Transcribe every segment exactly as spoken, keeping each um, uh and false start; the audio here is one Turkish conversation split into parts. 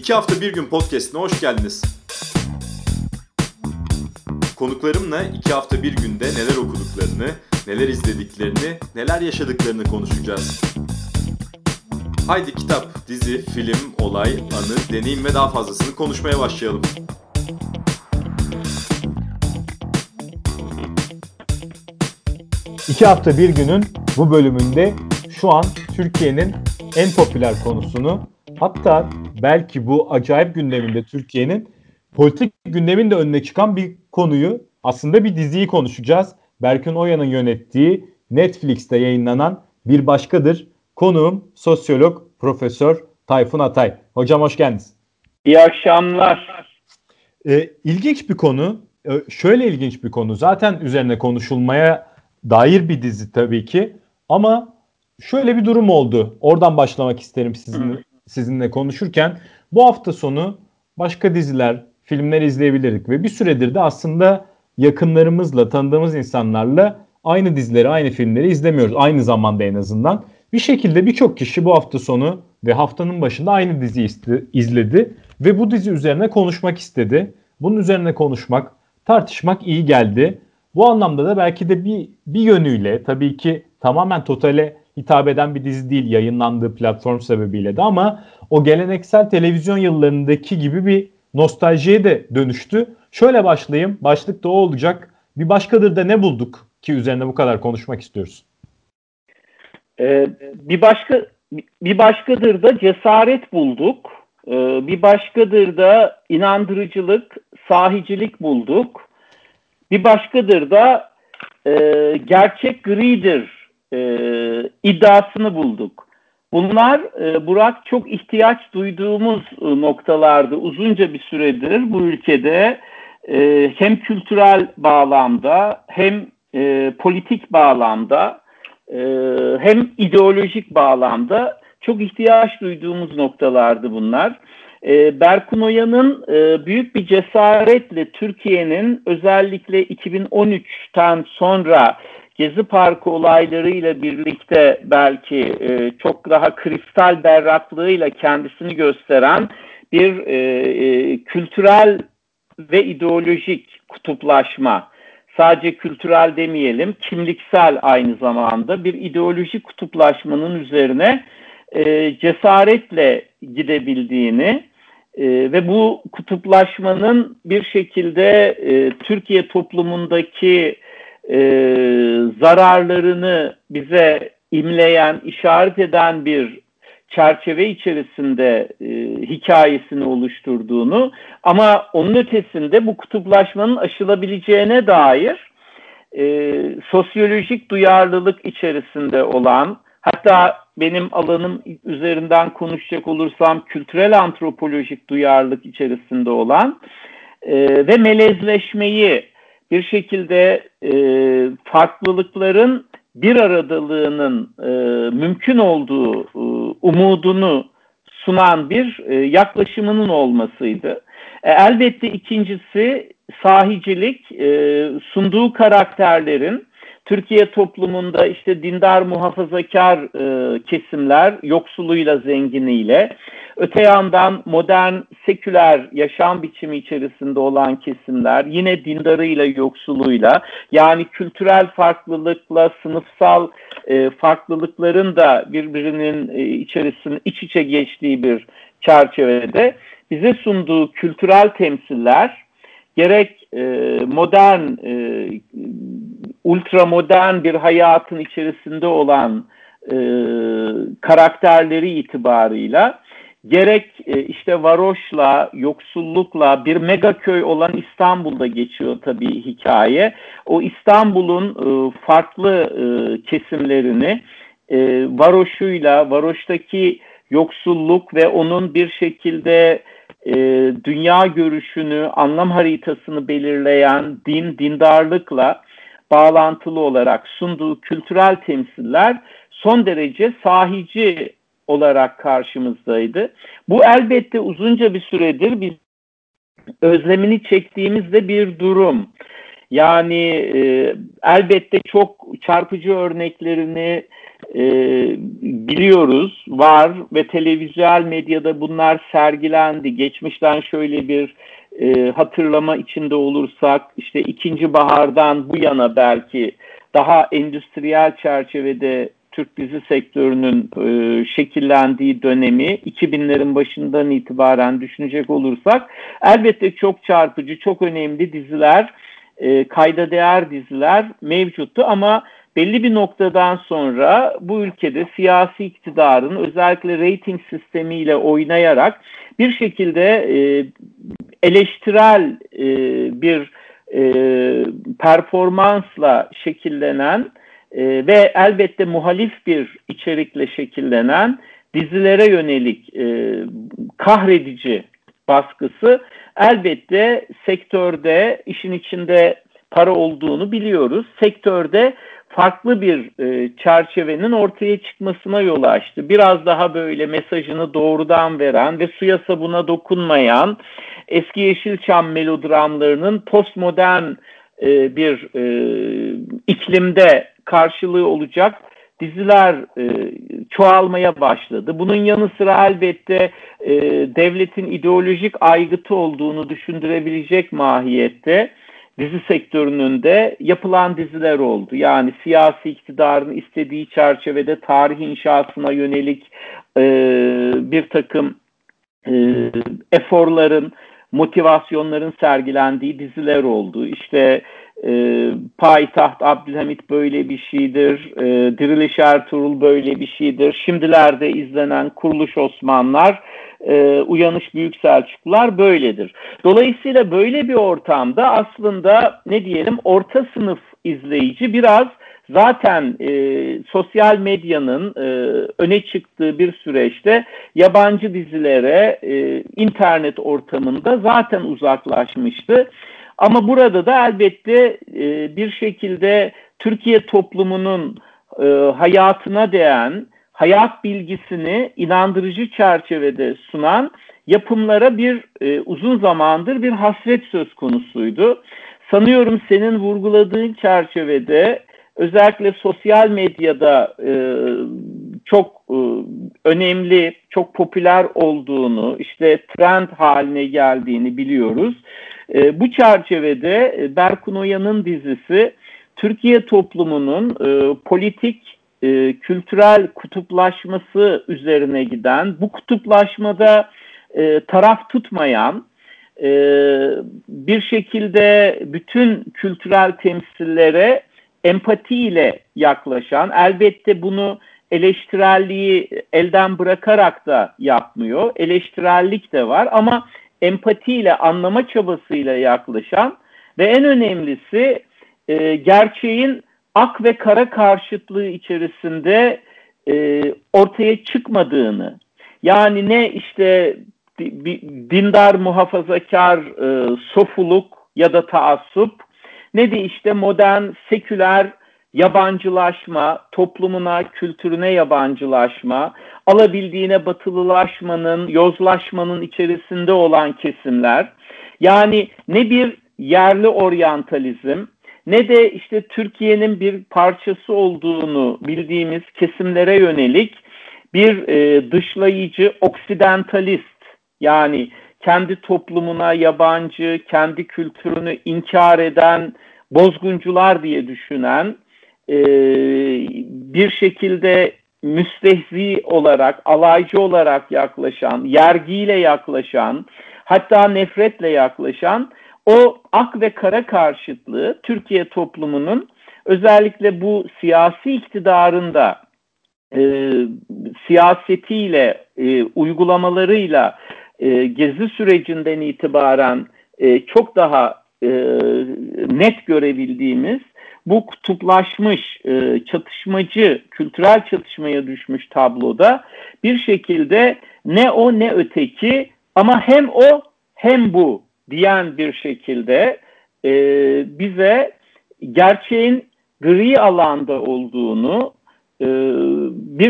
İki Hafta Bir Gün Podcast'ine hoş geldiniz. Konuklarımla iki hafta bir günde neler okuduklarını, neler izlediklerini, neler yaşadıklarını konuşacağız. Haydi kitap, dizi, film, olay, anı, deneyim ve daha fazlasını konuşmaya başlayalım. İki Hafta Bir Gün'ün bu bölümünde şu an Türkiye'nin en popüler konusunu, hatta belki bu acayip gündeminde Türkiye'nin politik gündemin de önüne çıkan bir konuyu, aslında bir diziyi konuşacağız. Berkun Oya'nın yönettiği, Netflix'te yayınlanan Bir Başkadır. Konuğum sosyolog Profesör Tayfun Atay. Hocam hoş geldiniz. İyi akşamlar. Ee, ilginç bir konu. Ee, şöyle ilginç bir konu. Zaten üzerine konuşulmaya dair bir dizi tabii ki. Ama şöyle bir durum oldu. Oradan başlamak isterim sizinle, sizinle konuşurken. Bu hafta sonu başka diziler, filmler izleyebilirdik ve bir süredir de aslında yakınlarımızla, tanıdığımız insanlarla aynı dizileri, aynı filmleri izlemiyoruz. Aynı zamanda en azından. Bir şekilde birçok kişi bu hafta sonu ve haftanın başında aynı diziyi izledi ve bu dizi üzerine konuşmak istedi. Bunun üzerine konuşmak, tartışmak iyi geldi. Bu anlamda da belki de bir, bir yönüyle, tabii ki tamamen totale hitap eden bir dizi değil yayınlandığı platform sebebiyle de, ama o geleneksel televizyon yıllarındaki gibi bir nostaljiye de dönüştü. Şöyle başlayayım, başlık da o olacak. Bir Başkadır da ne bulduk ki üzerine bu kadar konuşmak istiyoruz? Ee, bir başka bir başkadır da cesaret bulduk. Ee, bir başkadır da inandırıcılık, sahicilik bulduk. Bir başkadır da e, gerçek gridir e, iddiasını bulduk. Bunlar e, Burak çok ihtiyaç duyduğumuz e, noktalardı. Uzunca bir süredir bu ülkede e, hem kültürel bağlamda hem e, politik bağlamda e, hem ideolojik bağlamda çok ihtiyaç duyduğumuz noktalardı bunlar. E, Berkun Oya'nın e, büyük bir cesaretle Türkiye'nin özellikle iki bin on üçten sonra Gezi Parkı olaylarıyla birlikte belki e, çok daha kristal berraklığıyla kendisini gösteren bir e, e, kültürel ve ideolojik kutuplaşma, sadece kültürel demeyelim, kimliksel aynı zamanda bir ideolojik kutuplaşmanın üzerine e, cesaretle gidebildiğini e, ve bu kutuplaşmanın bir şekilde e, Türkiye toplumundaki e, zararlarını bize imleyen, işaret eden bir çerçeve içerisinde e, hikayesini oluşturduğunu, ama onun ötesinde bu kutuplaşmanın aşılabileceğine dair e, sosyolojik duyarlılık içerisinde olan, hatta benim alanım üzerinden konuşacak olursam kültürel antropolojik duyarlılık içerisinde olan e, ve melezleşmeyi bir şekilde e, farklılıkların bir aradalığının e, mümkün olduğu e, umudunu sunan bir e, yaklaşımının olmasıydı. E, elbette ikincisi sahicilik, e, sunduğu karakterlerin Türkiye toplumunda işte dindar muhafazakar e, kesimler yoksuluyla zenginiyle, öte yandan modern seküler yaşam biçimi içerisinde olan kesimler yine dindarıyla yoksuluyla, yani kültürel farklılıkla sınıfsal e, farklılıkların da birbirinin e, içerisinde iç içe geçtiği bir çerçevede bize sunduğu kültürel temsiller, gerek e, modern, e, ultramodern bir hayatın içerisinde olan e, karakterleri itibarıyla, gerek e, işte varoşla, yoksullukla bir mega köy olan İstanbul'da geçiyor tabii hikaye. O İstanbul'un e, farklı e, kesimlerini e, varoşuyla, varoştaki yoksulluk ve onun bir şekilde e, dünya görüşünü, anlam haritasını belirleyen din, dindarlıkla bağlantılı olarak sunduğu kültürel temsiller son derece sahici olarak karşımızdaydı. Bu elbette uzunca bir süredir biz özlemini çektiğimiz de bir durum. Yani e, elbette çok çarpıcı örneklerini e, biliyoruz, var ve televizyonel medyada bunlar sergilendi. Geçmişten şöyle bir e, hatırlama içinde olursak, işte ikinci bahardan bu yana belki daha endüstriyel çerçevede Türk dizi sektörünün e, şekillendiği dönemi iki binlerin başından itibaren düşünecek olursak elbette çok çarpıcı, çok önemli diziler, e, kayda değer diziler mevcuttu ama belli bir noktadan sonra bu ülkede siyasi iktidarın özellikle reyting sistemiyle oynayarak bir şekilde e, eleştirel e, bir e, performansla şekillenen e, ve elbette muhalif bir içerikle şekillenen dizilere yönelik e, kahredici baskısı elbette sektörde, işin içinde para olduğunu biliyoruz. Sektörde farklı bir e, çerçevenin ortaya çıkmasına yol açtı. Biraz daha böyle mesajını doğrudan veren ve suya sabuna dokunmayan, eski Yeşilçam melodramlarının postmodern e, bir e, iklimde karşılığı olacak diziler e, çoğalmaya başladı. Bunun yanı sıra elbette e, devletin ideolojik aygıtı olduğunu düşündürebilecek mahiyette dizi sektörünün de yapılan diziler oldu. Yani siyasi iktidarın istediği çerçevede tarih inşasına yönelik e, bir takım e, eforların, motivasyonların sergilendiği diziler oldu. İşte e, Payitaht Abdülhamit böyle bir şeydir, e, Diriliş Ertuğrul böyle bir şeydir. Şimdilerde izlenen Kuruluş Osmanlılar, e, Uyanış Büyük Selçuklular böyledir. Dolayısıyla böyle bir ortamda aslında ne diyelim orta sınıf izleyici biraz zaten e, sosyal medyanın e, öne çıktığı bir süreçte yabancı dizilere e, internet ortamında zaten uzaklaşmıştı. Ama burada da elbette e, bir şekilde Türkiye toplumunun e, hayatına değen, hayat bilgisini inandırıcı çerçevede sunan yapımlara bir e, uzun zamandır bir hasret söz konusuydu. Sanıyorum senin vurguladığın çerçevede özellikle sosyal medyada e, çok e, önemli, çok popüler olduğunu, işte trend haline geldiğini biliyoruz. E, bu çerçevede e, Berkun Oya'nın dizisi Türkiye toplumunun e, politik, e, kültürel kutuplaşması üzerine giden, bu kutuplaşmada e, taraf tutmayan, e, bir şekilde bütün kültürel temsillere empatiyle yaklaşan, elbette bunu eleştirelliği elden bırakarak da yapmıyor. Eleştirellik de var ama empatiyle, anlama çabasıyla yaklaşan ve en önemlisi e, gerçeğin ak ve kara karşıtlığı içerisinde e, ortaya çıkmadığını, yani ne işte dindar muhafazakar e, sofuluk ya da taassup, ne de işte modern seküler yabancılaşma, toplumuna, kültürüne yabancılaşma, alabildiğine batılılaşmanın, yozlaşmanın içerisinde olan kesimler, yani ne bir yerli oryantalizm, ne de işte Türkiye'nin bir parçası olduğunu bildiğimiz kesimlere yönelik bir e, dışlayıcı, oksidentalist, yani kendi toplumuna yabancı, kendi kültürünü inkar eden, bozguncular diye düşünen, e, bir şekilde müstehzi olarak, alaycı olarak yaklaşan, yergiyle yaklaşan, hatta nefretle yaklaşan o ak ve kara karşıtlığı Türkiye toplumunun özellikle bu siyasi iktidarın da e, siyasetiyle, e, uygulamalarıyla e, gezi sürecinden itibaren e, çok daha e, net görebildiğimiz bu kutuplaşmış, e, çatışmacı, kültürel çatışmaya düşmüş tabloda bir şekilde ne o ne öteki ama hem o hem bu diyen bir şekilde e, bize gerçeğin gri alanda olduğunu, e, bir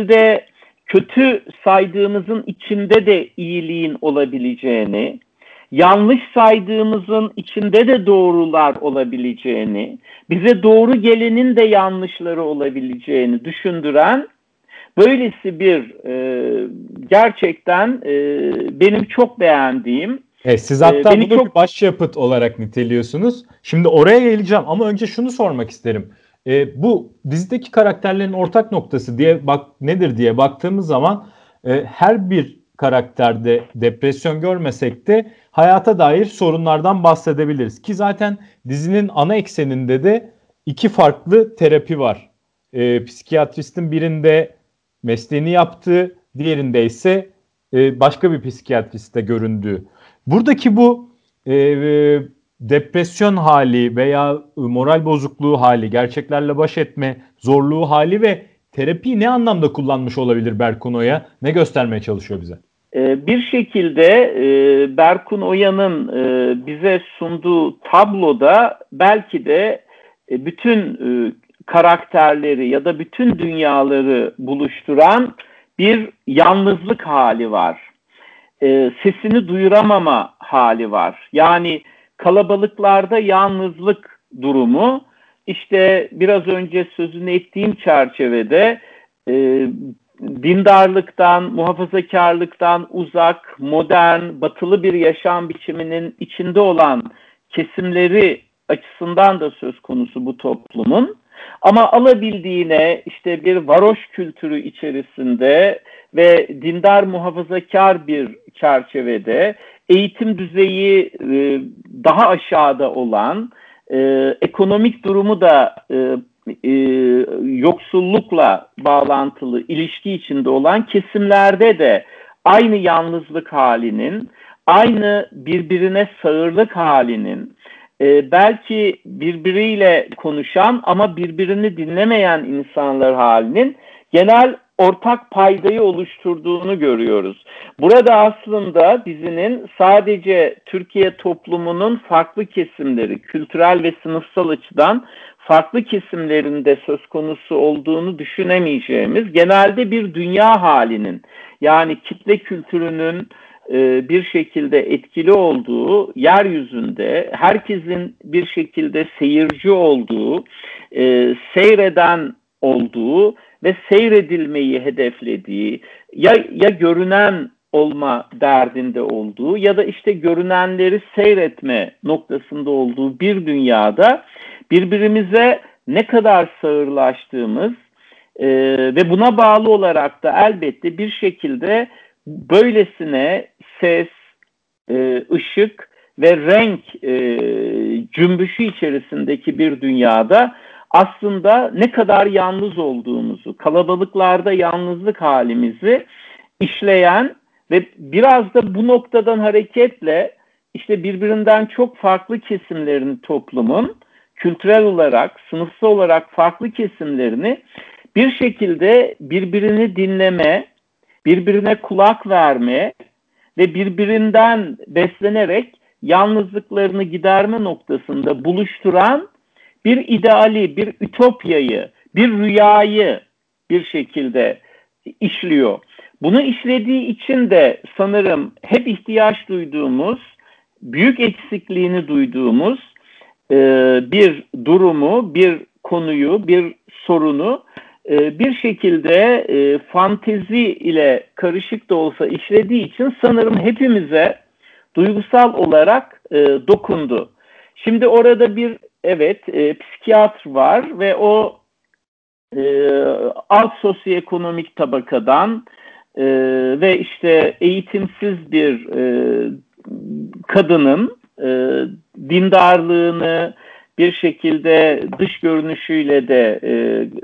şekilde kötü saydığımızın içinde de iyiliğin olabileceğini, yanlış saydığımızın içinde de doğrular olabileceğini, bize doğru gelenin de yanlışları olabileceğini düşündüren böylesi bir e, gerçekten e, benim çok beğendiğim. E, siz hatta e, beni bunu çok bir başyapıt olarak niteliyorsunuz. Şimdi oraya geleceğim ama önce şunu sormak isterim. E, bu dizideki karakterlerin ortak noktası diye bak nedir diye baktığımız zaman e, her bir karakterde depresyon görmesek de hayata dair sorunlardan bahsedebiliriz. Ki zaten dizinin ana ekseninde de iki farklı terapi var. E, psikiyatristin birinde mesleğini yaptığı, diğerinde ise e, başka bir psikiyatriste göründüğü. Buradaki bu e, e, depresyon hali veya moral bozukluğu hali, gerçeklerle baş etme zorluğu hali ve terapiyi ne anlamda kullanmış olabilir Berkun Oya? Ne göstermeye çalışıyor bize? e, bir şekilde e, Berkun Oya'nın e, bize sunduğu tabloda belki de e, bütün e, karakterleri ya da bütün dünyaları buluşturan bir yalnızlık hali var. E, sesini duyuramama hali var. Yani kalabalıklarda yalnızlık durumu, işte biraz önce sözünü ettiğim çerçevede e, dindarlıktan, muhafazakarlıktan uzak, modern, batılı bir yaşam biçiminin içinde olan kesimleri açısından da söz konusu bu toplumun. Ama alabildiğine işte bir varoş kültürü içerisinde ve dindar muhafazakar bir çerçevede eğitim düzeyi e, daha aşağıda olan, e, ekonomik durumu da e, e, yoksullukla bağlantılı ilişki içinde olan kesimlerde de aynı yalnızlık halinin, aynı birbirine sağırlık halinin, e, belki birbiriyle konuşan ama birbirini dinlemeyen insanlar halinin genel ortak paydayı oluşturduğunu görüyoruz. Burada aslında dizinin sadece Türkiye toplumunun farklı kesimleri, kültürel ve sınıfsal açıdan farklı kesimlerinde söz konusu olduğunu düşünemeyeceğimiz, genelde bir dünya halinin, yani kitle kültürünün e, bir şekilde etkili olduğu, yeryüzünde herkesin bir şekilde seyirci olduğu, e, seyreden olduğu ve seyredilmeyi hedeflediği, ya, ya görünen olma derdinde olduğu ya da işte görünenleri seyretme noktasında olduğu bir dünyada birbirimize ne kadar sağırlaştığımız e, ve buna bağlı olarak da elbette bir şekilde böylesine ses, e, ışık ve renk e, cümbüşü içerisindeki bir dünyada aslında ne kadar yalnız olduğumuzu, kalabalıklarda yalnızlık halimizi işleyen ve biraz da bu noktadan hareketle işte birbirinden çok farklı kesimlerin toplumun kültürel olarak, sınıfsal olarak farklı kesimlerini bir şekilde birbirini dinleme, birbirine kulak verme ve birbirinden beslenerek yalnızlıklarını giderme noktasında buluşturan bir ideali, bir ütopyayı, bir rüyayı bir şekilde işliyor. Bunu işlediği için de sanırım hep ihtiyaç duyduğumuz, büyük eksikliğini duyduğumuz e, bir durumu, bir konuyu, bir sorunu e, bir şekilde e, fantezi ile karışık da olsa işlediği için sanırım hepimize duygusal olarak e, dokundu. Şimdi orada bir evet e, psikiyatr var ve o e, alt sosyoekonomik tabakadan e, ve işte eğitimsiz bir e, kadının e, dindarlığını bir şekilde dış görünüşüyle de e,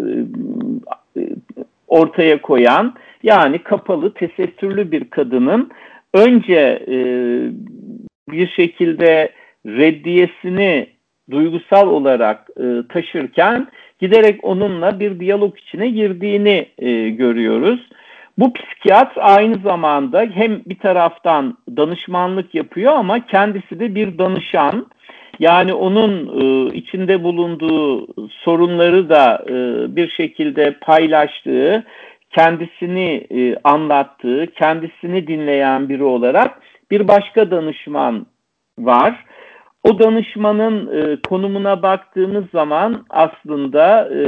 e, ortaya koyan, yani kapalı, tesettürlü bir kadının önce e, bir şekilde reddiyesini duygusal olarak e, taşırken giderek onunla bir diyalog içine girdiğini e, görüyoruz. Bu psikiyatr aynı zamanda hem bir taraftan danışmanlık yapıyor ama kendisi de bir danışan. Yani onun e, içinde bulunduğu sorunları da e, bir şekilde paylaştığı, kendisini e, anlattığı, kendisini dinleyen biri olarak bir başka danışman var. O danışmanın e, konumuna baktığımız zaman aslında e,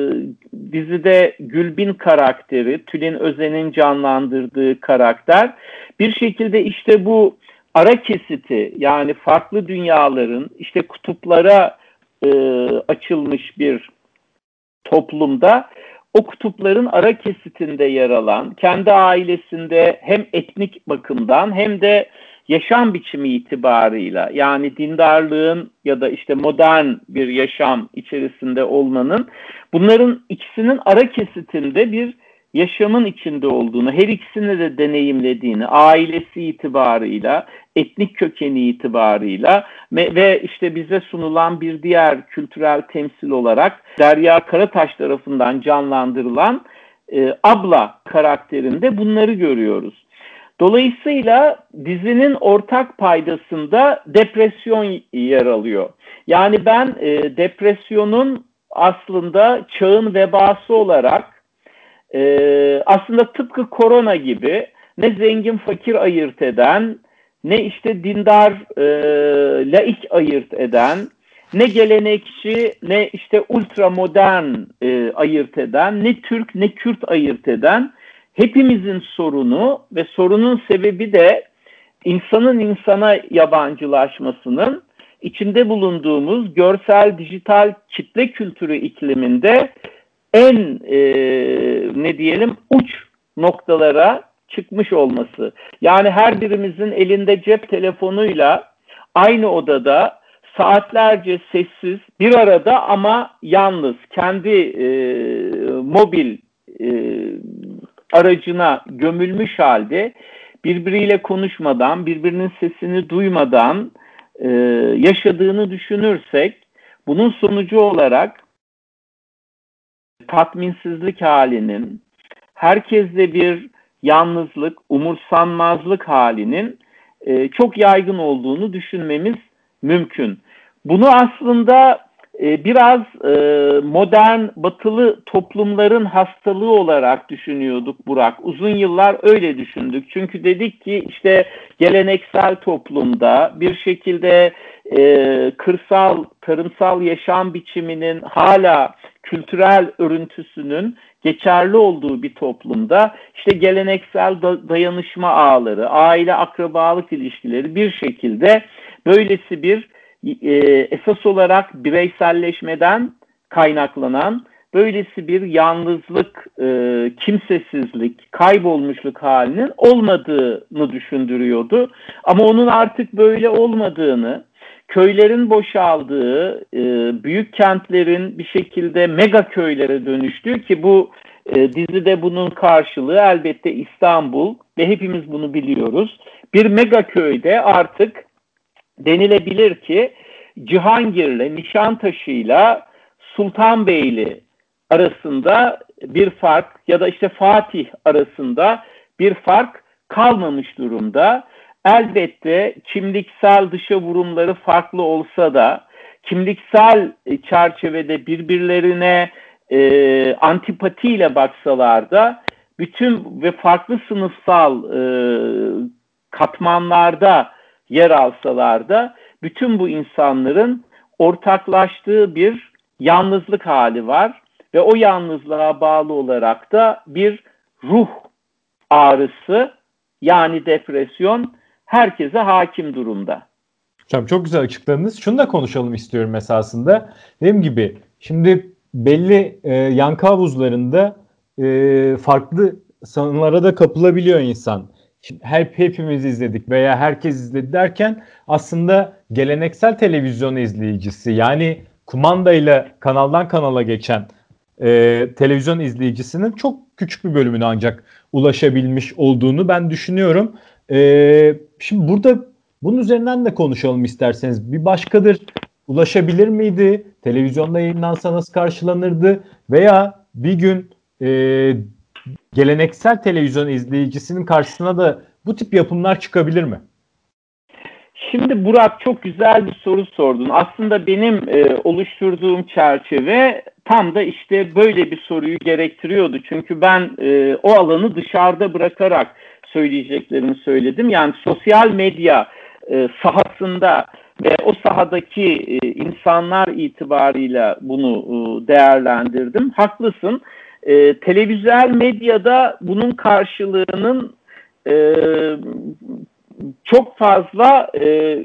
dizide Gülbin karakteri, Tülin Özen'in canlandırdığı karakter bir şekilde işte bu ara kesiti, yani farklı dünyaların işte kutuplara e, açılmış bir toplumda o kutupların ara kesitinde yer alan, kendi ailesinde hem etnik bakımdan hem de yaşam biçimi itibarıyla, yani dindarlığın ya da işte modern bir yaşam içerisinde olmanın, bunların ikisinin ara kesitinde bir yaşamın içinde olduğunu, her ikisini de deneyimlediğini, ailesi itibarıyla, etnik kökeni itibarıyla ve, ve işte bize sunulan bir diğer kültürel temsil olarak Derya Karataş tarafından canlandırılan e, abla karakterinde bunları görüyoruz. Dolayısıyla dizinin ortak paydasında depresyon yer alıyor. Yani ben e, depresyonun aslında çağın vebası olarak e, aslında tıpkı korona gibi ne zengin fakir ayırt eden, ne işte dindar e, laik ayırt eden, ne gelenekçi ne işte ultramodern e, ayırt eden, ne Türk ne Kürt ayırt eden, hepimizin sorunu ve sorunun sebebi de insanın insana yabancılaşmasının içinde bulunduğumuz görsel dijital kitle kültürü ikliminde en e, ne diyelim uç noktalara çıkmış olması. Yani her birimizin elinde cep telefonuyla aynı odada saatlerce sessiz bir arada ama yalnız kendi e, mobil e, aracına gömülmüş halde birbiriyle konuşmadan, birbirinin sesini duymadan e, yaşadığını düşünürsek, bunun sonucu olarak tatminsizlik halinin, herkeste bir yalnızlık, umursanmazlık halinin e, çok yaygın olduğunu düşünmemiz mümkün. Bunu aslında e, biraz e, modern batılı toplumların hastalığı olarak düşünüyorduk Burak. Uzun yıllar öyle düşündük. Çünkü dedik ki işte geleneksel toplumda bir şekilde e, kırsal, tarımsal yaşam biçiminin hala kültürel örüntüsünün geçerli olduğu bir toplumda işte geleneksel dayanışma ağları, aile akrabalık ilişkileri bir şekilde böylesi bir e, esas olarak bireyselleşmeden kaynaklanan böylesi bir yalnızlık, e, kimsesizlik, kaybolmuşluk halinin olmadığını düşündürüyordu. Ama onun artık böyle olmadığını, köylerin boşaldığı, e, büyük kentlerin bir şekilde mega köylere dönüştüğü, ki bu e, dizide bunun karşılığı elbette İstanbul ve hepimiz bunu biliyoruz. Bir mega köyde artık denilebilir ki Cihangir'le, Nişantaşı'yla Sultanbeyli arasında bir fark ya da işte Fatih arasında bir fark kalmamış durumda. Elbette kimliksel dışa vurumları farklı olsa da kimliksel çerçevede birbirlerine e, antipatiyle baksalar da bütün ve farklı sınıfsal e, katmanlarda yer alsalar da bütün bu insanların ortaklaştığı bir yalnızlık hali var ve o yalnızlığa bağlı olarak da bir ruh ağrısı, yani depresyon herkese hakim durumda. Hocam çok güzel açıkladınız. Şunu da konuşalım istiyorum esasında. Dediğim gibi şimdi belli e, yankı havuzlarında e, farklı sanılara da kapılabiliyor insan. Şimdi hep hepimiz izledik veya herkes izledi derken aslında geleneksel televizyon izleyicisi, yani kumandayla kanaldan kanala geçen e, televizyon izleyicisinin çok küçük bir bölümüne ancak ulaşabilmiş olduğunu ben düşünüyorum. E, şimdi burada bunun üzerinden de konuşalım isterseniz. Bir başkadır ulaşabilir miydi? Televizyonda yayınlansa nasıl karşılanırdı? Veya bir gün e, geleneksel televizyon izleyicisinin karşısına da bu tip yapımlar çıkabilir mi? Şimdi Burak, çok güzel bir soru sordun. Aslında benim e, oluşturduğum çerçeve tam da işte böyle bir soruyu gerektiriyordu. Çünkü ben e, o alanı dışarıda bırakarak söyleyeceklerimi söyledim. Yani sosyal medya e, sahasında ve o sahadaki e, insanlar itibarıyla bunu e, değerlendirdim. Haklısın. E, televizyon medyada bunun karşılığının e, çok fazla e,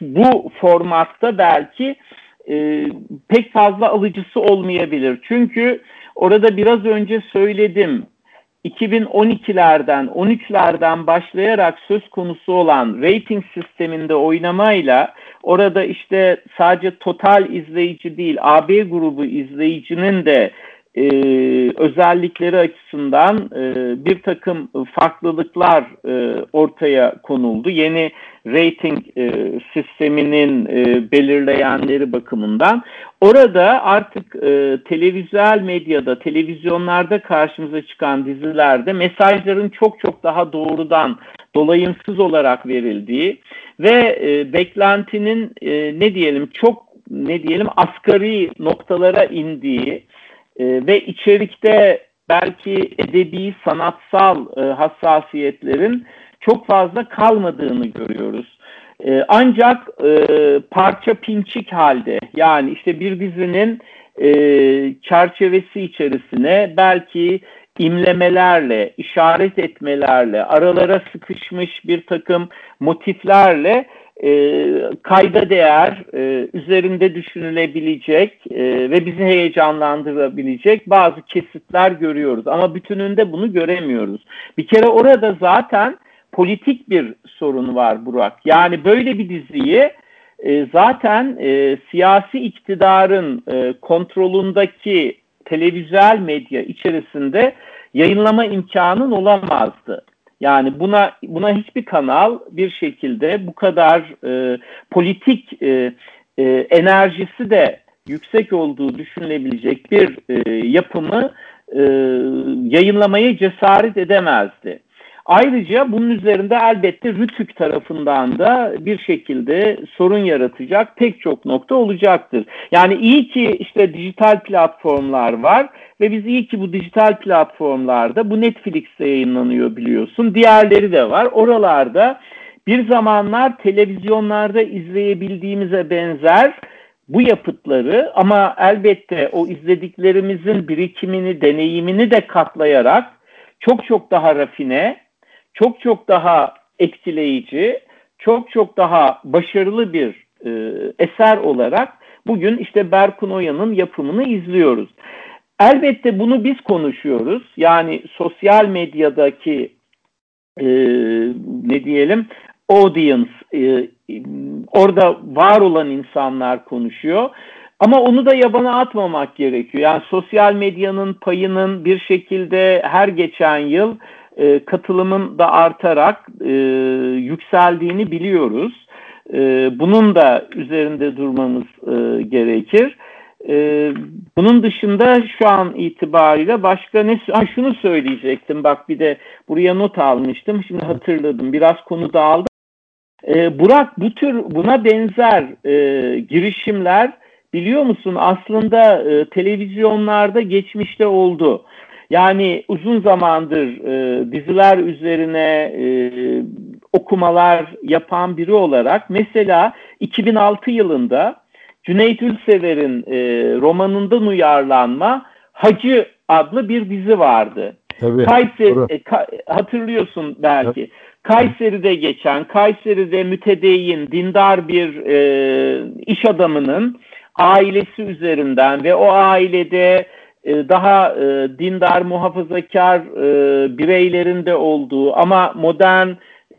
bu formatta belki e, pek fazla alıcısı olmayabilir. Çünkü orada biraz önce söyledim. iki bin on ikilerden, on üçlerden başlayarak söz konusu olan rating sisteminde oynamayla orada işte sadece total izleyici değil, A B grubu izleyicinin de e, özellikleri açısından e, bir takım farklılıklar e, ortaya konuldu. Yeni rating e, sisteminin e, belirleyenleri bakımından. Orada artık e, televizyon medyada, televizyonlarda karşımıza çıkan dizilerde mesajların çok çok daha doğrudan, dolayımsız olarak verildiği ve e, beklentinin e, ne diyelim çok ne diyelim asgari noktalara indiği e, ve içerikte belki edebi, sanatsal e, hassasiyetlerin çok fazla kalmadığını görüyoruz. Ee, ancak e, parça pinçik halde, yani işte bir dizinin e, çerçevesi içerisine belki imlemelerle, işaret etmelerle, aralara sıkışmış bir takım motiflerle e, kayda değer, e, üzerinde düşünülebilecek e, ve bizi heyecanlandırabilecek bazı kesitler görüyoruz. Ama bütününde bunu göremiyoruz. Bir kere orada zaten politik bir sorun var Burak. Yani böyle bir diziyi e, zaten e, siyasi iktidarın e, kontrolündeki televizyon medya içerisinde yayınlama imkanın olamazdı. Yani buna buna hiçbir kanal bir şekilde bu kadar e, politik e, e, enerjisi de yüksek olduğu düşünülebilecek bir e, yapımı e, yayınlamaya cesaret edemezdi. Ayrıca bunun üzerinde elbette Rütük tarafından da bir şekilde sorun yaratacak pek çok nokta olacaktır. Yani iyi ki işte dijital platformlar var ve biz iyi ki bu dijital platformlarda, bu Netflix'te yayınlanıyor biliyorsun. Diğerleri de var. Oralarda bir zamanlar televizyonlarda izleyebildiğimize benzer bu yapıtları ama elbette o izlediklerimizin birikimini, deneyimini de katlayarak çok çok daha rafine, çok çok daha etkileyici, çok çok daha başarılı bir e, eser olarak bugün işte Berkun Oya'nın yapımını izliyoruz. Elbette bunu biz konuşuyoruz. Yani sosyal medyadaki e, ne diyelim audience, e, orada var olan insanlar konuşuyor. Ama onu da yabana atmamak gerekiyor. Yani sosyal medyanın payının bir şekilde her geçen yıl e, katılımın da artarak e, yükseldiğini biliyoruz. E, bunun da üzerinde durmamız e, gerekir. E, bunun dışında şu an itibariyle başka ne... Ha, şunu söyleyecektim, bak bir de buraya not almıştım. Şimdi hatırladım. Biraz konu dağıldı. E, Burak, bu tür buna benzer e, girişimler biliyor musun aslında e, televizyonlarda geçmişte oldu. Yani uzun zamandır e, diziler üzerine e, okumalar yapan biri olarak mesela iki bin altı yılında Cüneyt Ülsever'in e, romanından uyarlanma Hacı adlı bir dizi vardı. Tabii, Kayseri, e, ka, hatırlıyorsun belki. Evet. Kayseri'de geçen, Kayseri'de mütedeyyin, dindar bir e, iş adamının ailesi üzerinden ve o ailede e, daha e, dindar, muhafazakar e, bireylerin de olduğu ama modern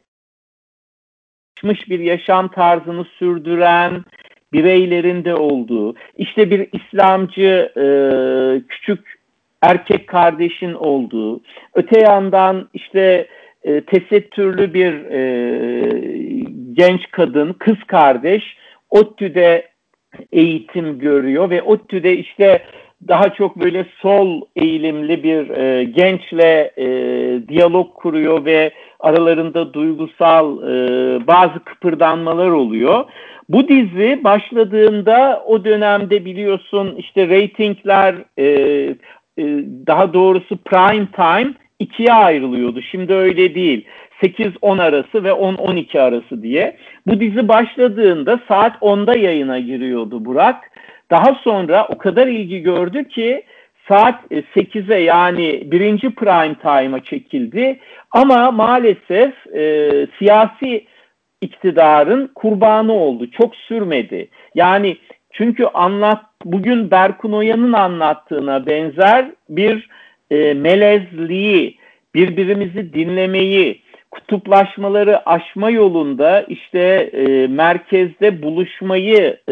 bir yaşam tarzını sürdüren bireylerin de olduğu, işte bir İslamcı e, küçük erkek kardeşin olduğu, öte yandan işte e, tesettürlü bir e, genç kadın, kız kardeş ODTÜ'de eğitim görüyor ve ODTÜ'de işte daha çok böyle sol eğilimli bir e, gençle e, diyalog kuruyor ve aralarında duygusal e, bazı kıpırdanmalar oluyor. Bu dizi başladığında o dönemde biliyorsun işte reytingler e, e, daha doğrusu prime time ikiye ayrılıyordu. Şimdi öyle değil. sekiz on arası ve on on iki arası diye. Bu dizi başladığında saat onda yayına giriyordu Burak. Daha sonra o kadar ilgi gördü ki saat sekize yani birinci prime time'a çekildi. Ama maalesef e, siyasi iktidarın kurbanı oldu. Çok sürmedi. Yani çünkü anlat bugün Berkun Oya'nın anlattığına benzer bir e, melezliği, birbirimizi dinlemeyi, kutuplaşmaları aşma yolunda işte e, merkezde buluşmayı e,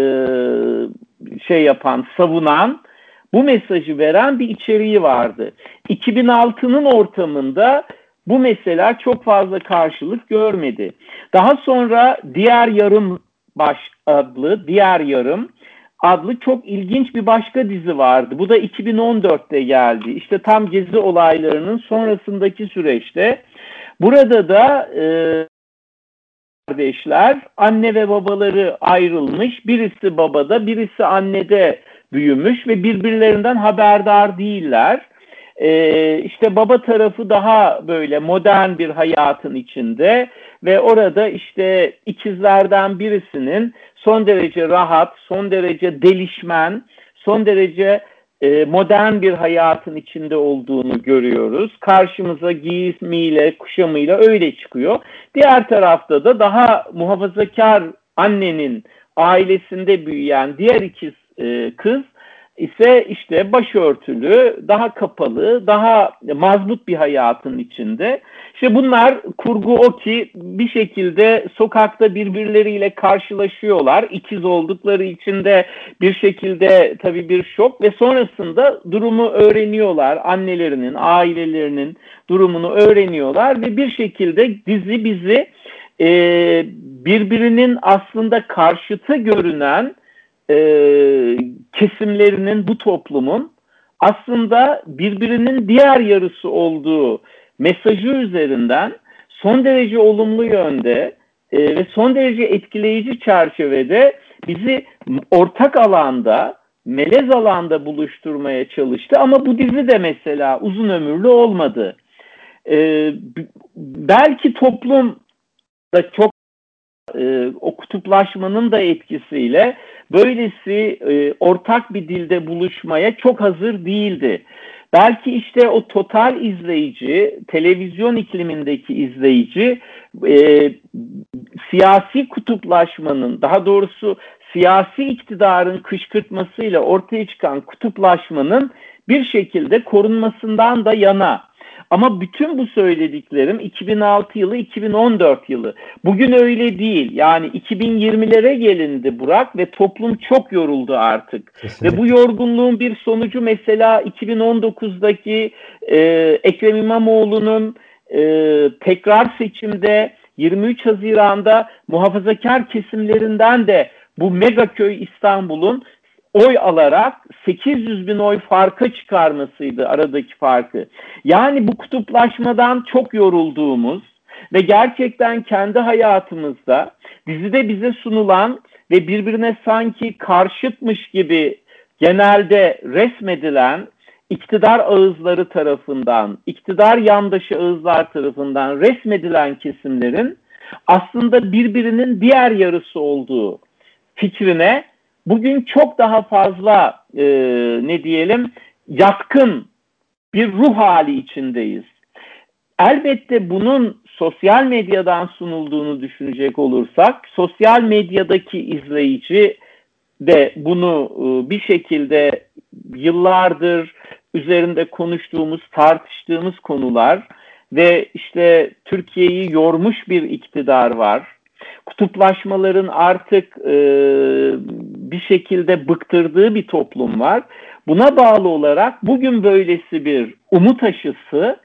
şey yapan, savunan, bu mesajı veren bir içeriği vardı. iki bin altının ortamında bu mesela çok fazla karşılık görmedi. Daha sonra Diğer Yarım baş adlı, Diğer Yarım adlı çok ilginç bir başka dizi vardı. Bu da iki bin on dörtte geldi. İşte tam Gezi olaylarının sonrasındaki süreçte. Burada da e, kardeşler, anne ve babaları ayrılmış. Birisi babada, birisi annede büyümüş ve birbirlerinden haberdar değiller. Ee, işte baba tarafı daha böyle modern bir hayatın içinde ve orada işte ikizlerden birisinin son derece rahat, son derece delişmen, son derece e, modern bir hayatın içinde olduğunu görüyoruz. Karşımıza giyimiyle, kuşamıyla öyle çıkıyor. Diğer tarafta da daha muhafazakar annenin ailesinde büyüyen diğer ikiz e, kız ise işte başörtülü, daha kapalı, daha mazbut bir hayatın içinde. İşte bunlar kurgu o ki bir şekilde sokakta birbirleriyle karşılaşıyorlar. İkiz oldukları için de bir şekilde tabii bir şok ve sonrasında durumu öğreniyorlar. Annelerinin, ailelerinin durumunu öğreniyorlar ve bir şekilde dizi bizi e, birbirinin aslında karşıtı görünen E, kesimlerinin, bu toplumun aslında birbirinin diğer yarısı olduğu mesajı üzerinden son derece olumlu yönde e, ve son derece etkileyici çerçevede bizi ortak alanda, melez alanda buluşturmaya çalıştı. Ama bu dizi de mesela uzun ömürlü olmadı. E, belki toplum da çok e, o kutuplaşmanın da etkisiyle böylesi e, ortak bir dilde buluşmaya çok hazır değildi. Belki işte o total izleyici, televizyon iklimindeki izleyici e, siyasi kutuplaşmanın, daha doğrusu siyasi iktidarın kışkırtmasıyla ortaya çıkan kutuplaşmanın bir şekilde korunmasından da yana. Ama bütün bu söylediklerim iki bin altı yılı, iki bin on dört yılı. Bugün öyle değil. Yani iki bin yirmilere gelindi Burak ve toplum çok yoruldu artık. Kesinlikle. Ve bu yorgunluğun bir sonucu mesela iki bin on dokuzdaki e, Ekrem İmamoğlu'nun e, tekrar seçimde yirmi üç Haziran'da muhafazakar kesimlerinden de bu megaköy İstanbul'un oy alarak sekiz yüz bin oy farka çıkarmasıydı, aradaki farkı. Yani bu kutuplaşmadan çok yorulduğumuz ve gerçekten kendi hayatımızda dizide bize sunulan ve birbirine sanki karşıtmış gibi genelde resmedilen iktidar ağızları tarafından, iktidar yandaşı ağızlar tarafından resmedilen kesimlerin aslında birbirinin diğer yarısı olduğu fikrine bugün çok daha fazla e, ne diyelim yatkın bir ruh hali içindeyiz. Elbette bunun sosyal medyadan sunulduğunu düşünecek olursak, sosyal medyadaki izleyici de bunu e, bir şekilde yıllardır üzerinde konuştuğumuz, tartıştığımız konular ve işte Türkiye'yi yormuş bir iktidar var. Kutuplaşmaların artık e, bir şekilde bıktırdığı bir toplum var. Buna bağlı olarak bugün böylesi bir umut aşısı,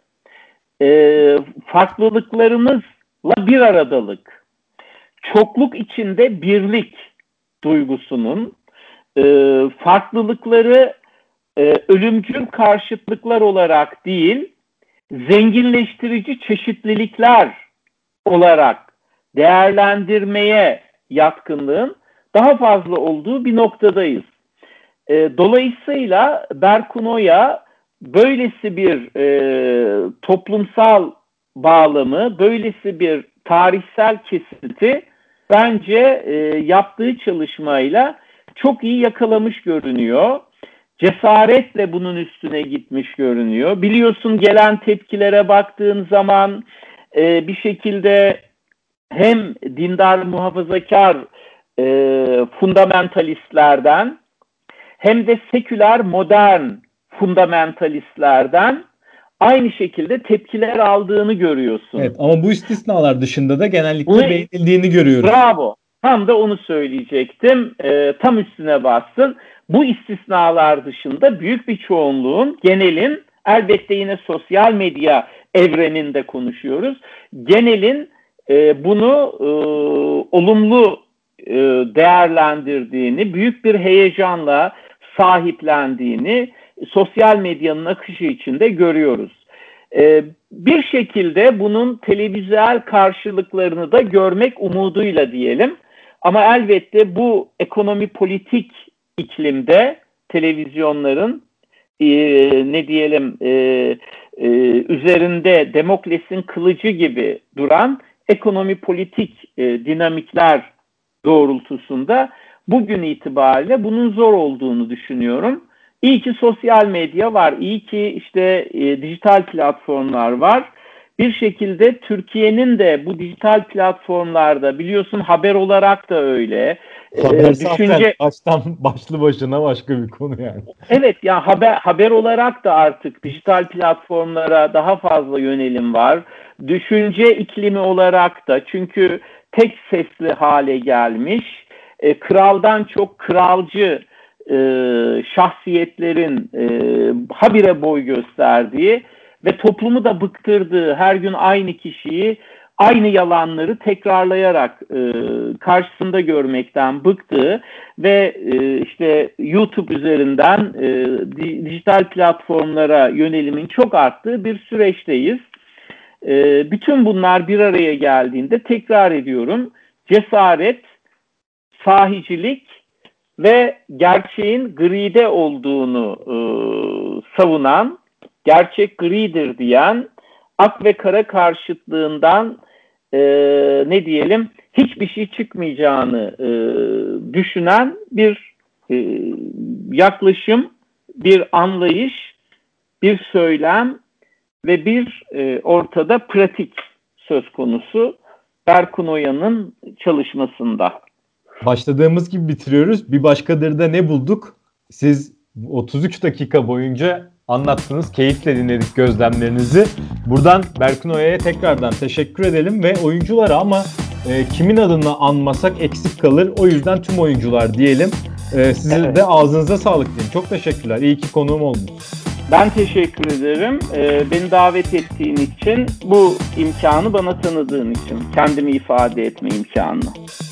e, farklılıklarımızla bir aradalık, çokluk içinde birlik duygusunun e, farklılıkları e, ölümcül karşıtlıklar olarak değil, zenginleştirici çeşitlilikler olarak değerlendirmeye yatkınlığın daha fazla olduğu bir noktadayız. E, dolayısıyla Berkun Oya böylesi bir e, toplumsal bağlamı, böylesi bir tarihsel kesiti bence e, yaptığı çalışmayla çok iyi yakalamış görünüyor. Cesaretle bunun üstüne gitmiş görünüyor. Biliyorsun, gelen tepkilere baktığın zaman e, bir şekilde hem dindar muhafazakar e, fundamentalistlerden hem de seküler modern fundamentalistlerden aynı şekilde tepkiler aldığını görüyorsun. Evet, ama bu istisnalar dışında da genellikle Bunu, beğenildiğini görüyoruz. Bravo. Tam da onu söyleyecektim. E, tam üstüne bastın. Bu istisnalar dışında büyük bir çoğunluğun, genelin, elbette yine sosyal medya evreninde konuşuyoruz, genelin e, bunu e, olumlu e, değerlendirdiğini, büyük bir heyecanla sahiplendiğini sosyal medyanın akışı içinde görüyoruz. E, bir şekilde bunun televizyonel karşılıklarını da görmek umuduyla diyelim. Ama elbette bu ekonomi politik iklimde televizyonların e, ne diyelim e, e, üzerinde Demokles'in kılıcı gibi duran ekonomi politik e, dinamikler doğrultusunda bugün itibariyle bunun zor olduğunu düşünüyorum. İyi ki sosyal medya var, iyi ki işte e, dijital platformlar var. Bir şekilde Türkiye'nin de bu dijital platformlarda, biliyorsun, haber olarak da öyle. Haber Ee, zaten düşünce baştan başlı başına başka bir konu yani. Evet, ya yani haber haber olarak da artık dijital platformlara daha fazla yönelim var. Düşünce iklimi olarak da, çünkü tek sesli hale gelmiş, e, kraldan çok kralcı e, şahsiyetlerin e, habire boy gösterdiği ve toplumu da bıktırdığı, her gün aynı kişiyi, aynı yalanları tekrarlayarak e, karşısında görmekten bıktığı ve e, işte YouTube üzerinden e, di, dijital platformlara yönelimin çok arttığı bir süreçteyiz. E, bütün bunlar bir araya geldiğinde, tekrar ediyorum, cesaret, sahicilik ve gerçeğin gride olduğunu e, savunan, gerçek gridir diyen, ak ve kara karşıtlığından e, ne diyelim hiçbir şey çıkmayacağını e, düşünen bir e, yaklaşım, bir anlayış, bir söylem ve bir e, ortada pratik söz konusu Berkun Oya'nın çalışmasında. Başladığımız gibi bitiriyoruz. Bir başkadır da ne bulduk? Siz otuz üç dakika boyunca anlattınız. Keyifle dinledik gözlemlerinizi. Buradan Berkun Oya'ya tekrardan teşekkür edelim ve oyunculara, ama e, kimin adını anmasak eksik kalır. O yüzden tüm oyuncular diyelim. E, size evet. de ağzınıza sağlık diyeyim. Çok teşekkürler. İyi ki konuğum oldunuz. Ben teşekkür ederim. Ee, beni davet ettiğin için, bu imkanı bana tanıdığın için, kendimi ifade etme imkanını.